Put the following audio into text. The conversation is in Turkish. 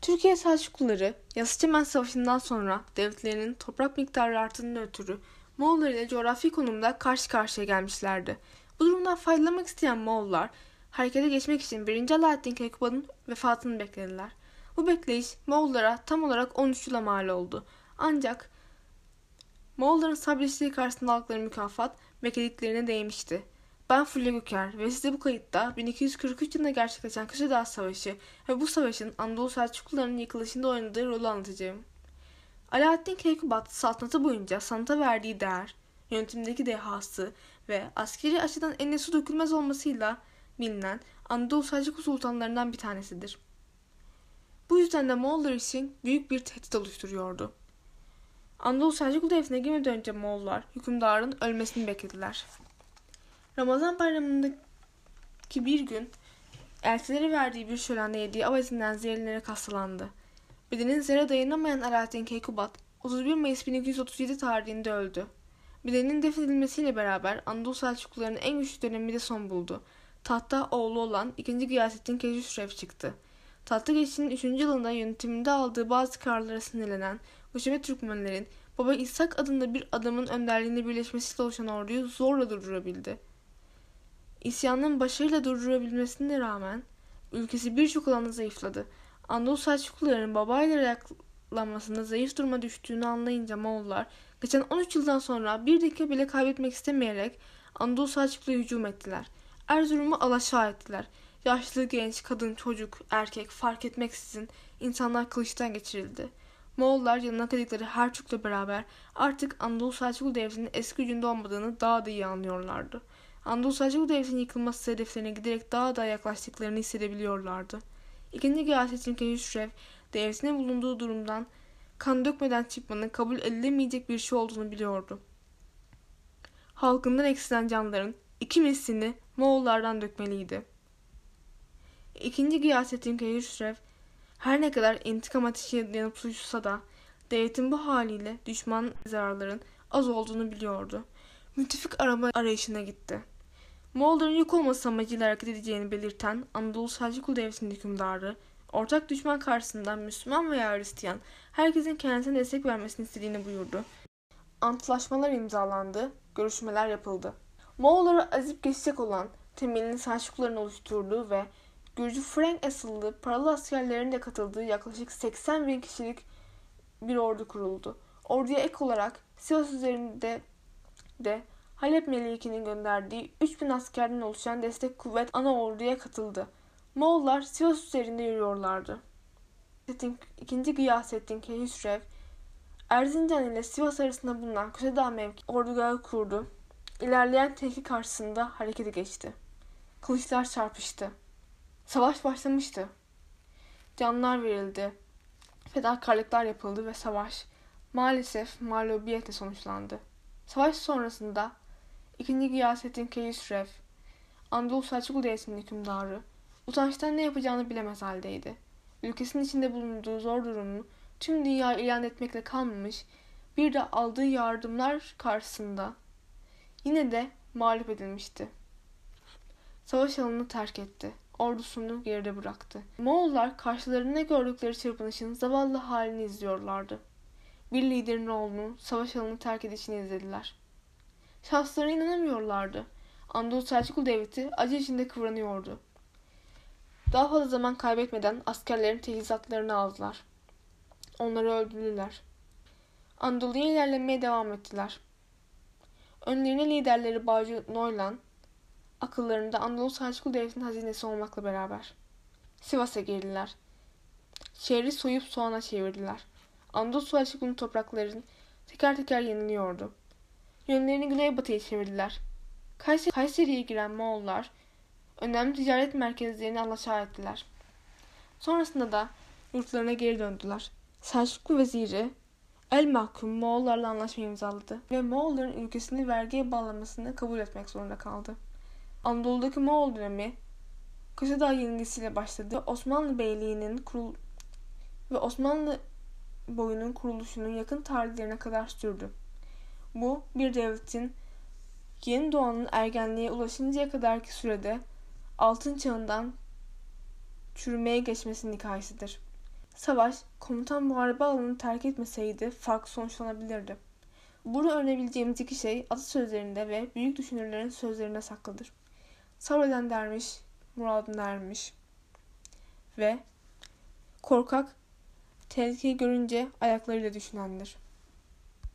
Türkiye Selçukluları Yalıçemen Savaşı'ndan sonra devletlerinin toprak miktarı arttığından ötürü Moğollar ile coğrafi konumda karşı karşıya gelmişlerdi. Bu durumdan faydalanmak isteyen Moğollar harekete geçmek için 1. Alaaddin Keykubat'ın vefatını beklediler. Bu bekleyiş Moğollara tam olarak 13 yıla mal oldu. Ancak Moğolların sabrettiği karşısında aldıkları mükafat beklediklerine değmişti. Ben Fulya Göker ve size bu kayıtta 1243 yılında gerçekleşen Köse Savaşı ve bu savaşın Anadolu Selçuklularının yıkılışında oynadığı rolü anlatacağım. Alaaddin Keykubat saltanatı boyunca sanata verdiği değer, yönetimdeki dehası ve askeri açıdan eline su dökülmez olmasıyla bilinen Anadolu Selçuklu sultanlarından bir tanesidir. Bu yüzden de Moğollar için büyük bir tehdit oluşturuyordu. Anadolu Selçuklu Devleti'ne girmeden önce Moğollar hükümdarın ölmesini beklediler. Ramazan bayramındaki bir gün elçileri verdiği bir şölende yediği av etinden zehirlenerek hastalandı. Bedenin zehre dayanamayan Alaaddin Keykubat 31 Mayıs 1237 tarihinde öldü. Bedenin defnedilmesiyle beraber Anadolu Selçuklularının en güçlü dönemi de son buldu. Tahta oğlu olan 2. Gıyasettin Keyhüsrev çıktı. Tahta geçişinin 3. yılında yönetiminde aldığı bazı kararlara sinirlenen Göçebe Türkmenlerin Baba İshak adında bir adamın önderliğinde birleşmesiyle oluşan orduyu zorla durdurabildi. İsyanın başarıyla durdurabilmesine rağmen ülkesi birçok alanda zayıfladı. Anadolu Selçuklularının babayla ayaklanmasında zayıf duruma düştüğünü anlayınca Moğollar geçen 13 yıldan sonra bir dakika bile kaybetmek istemeyerek Anadolu Selçuklu'ya hücum ettiler. Erzurum'u alaşağı ettiler. Yaşlı, genç, kadın, çocuk, erkek fark etmeksizin insanlar kılıçtan geçirildi. Moğollar yanına kaydıkları Herçuk'la beraber artık Anadolu Selçuklu Devleti'nin eski gücünde olmadığını daha da iyi anlıyorlardı. Anadolu Selçuklu Devleti'nin yıkılması hedeflerine giderek daha da yaklaştıklarını hissedebiliyorlardı. 2. Gıyasettin Keyhüsrev, devletinin bulunduğu durumdan kan dökmeden çıkmanın kabul edilemeyecek bir şey olduğunu biliyordu. Halkından eksilen canların 2 mislini Moğollardan dökmeliydi. 2. Gıyasettin Keyhüsrev, her ne kadar intikam ateşi yanıp tutuşsa da devletin bu haliyle düşman zararların az olduğunu biliyordu. Müttefik arama arayışına gitti. Moğolların yok olması amacıyla hareket edeceğini belirten Anadolu Selçuklu Devleti'nin hükümdarı, ortak düşman karşısında Müslüman veya Hristiyan herkesin kendisine destek vermesini istediğini buyurdu. Antlaşmalar imzalandı, görüşmeler yapıldı. Moğollara azip geçecek olan temelini Selçukluların oluşturduğu ve Gürcü Frank asıllı paralı askerlerin de katıldığı yaklaşık 80 bin kişilik bir ordu kuruldu. Orduya ek olarak Sivas üzerinde de Halep Meliki'nin gönderdiği 3000 askerden oluşan destek kuvvet ana orduya katıldı. Moğollar Sivas üzerinde yürüyorlardı. 2. Gıyasettin Keyhüsrev, Erzincan ile Sivas arasında bulunan Köse mevki ordugahı kurdu. İlerleyen tehlike karşısında harekete geçti. Kılıçlar çarpıştı. Savaş başlamıştı. Canlar verildi. Fedakarlıklar yapıldı ve savaş maalesef mağlubiyetle sonuçlandı. Savaş sonrasında 2. Gıyasettin Keyhüsrev, Anadolu Selçuklu Devleti'nin hükümdarı, utançtan ne yapacağını bilemez haldeydi. Ülkesinin içinde bulunduğu zor durumu tüm dünya ilan etmekle kalmamış, bir de aldığı yardımlar karşısında yine de mağlup edilmişti. Savaş alanını terk etti. Ordusunu geride bıraktı. Moğollar karşılarında gördükleri çırpınışın zavallı halini izliyorlardı. Bir liderin oğlunun savaş alanını terk edişini izlediler. Şanslarına inanamıyorlardı. Anadolu Selçuklu Devleti acı içinde kıvranıyordu. Daha fazla zaman kaybetmeden askerlerin teçhizatlarını aldılar. Onları öldürdüler. Anadolu'ya ilerlemeye devam ettiler. Önlerine liderleri Bağcı Noylan, akıllarında Anadolu Selçuklu Devleti'nin hazinesi olmakla beraber Sivas'a girdiler. Şehri soyup soğana çevirdiler. Anadolu Selçuklu'nun topraklarının teker teker yeniliyordu. Yönlerini güneybatıya çevirdiler. Kayseri'ye giren Moğollar önemli ticaret merkezlerini alaşağı ettiler. Sonrasında da yurtlarına geri döndüler. Selçuklu veziri El Mahkum Moğollarla anlaşma imzaladı ve Moğolların ülkesini vergiye bağlamasını kabul etmek zorunda kaldı. Anadolu'daki Moğol dönemi Köse yenilgisiyle başladı. Osmanlı Beyliği'nin Osmanlı boyunun kuruluşunun yakın tarihlerine kadar sürdü. Bu bir devletin yeni doğanın ergenliğe ulaşıncaya kadarki sürede altın çağından çürümeye geçmesinin hikayesidir. Savaş, komutan muharebe alanını terk etmeseydi farklı sonuçlanabilirdi. Burada öğrenebileceğimiz iki şey atasözlerinde ve büyük düşünürlerin sözlerinde saklıdır. Sabreden dermiş, muradına ermiş ve korkak, tehlikeyi görünce ayaklarıyla düşünendir.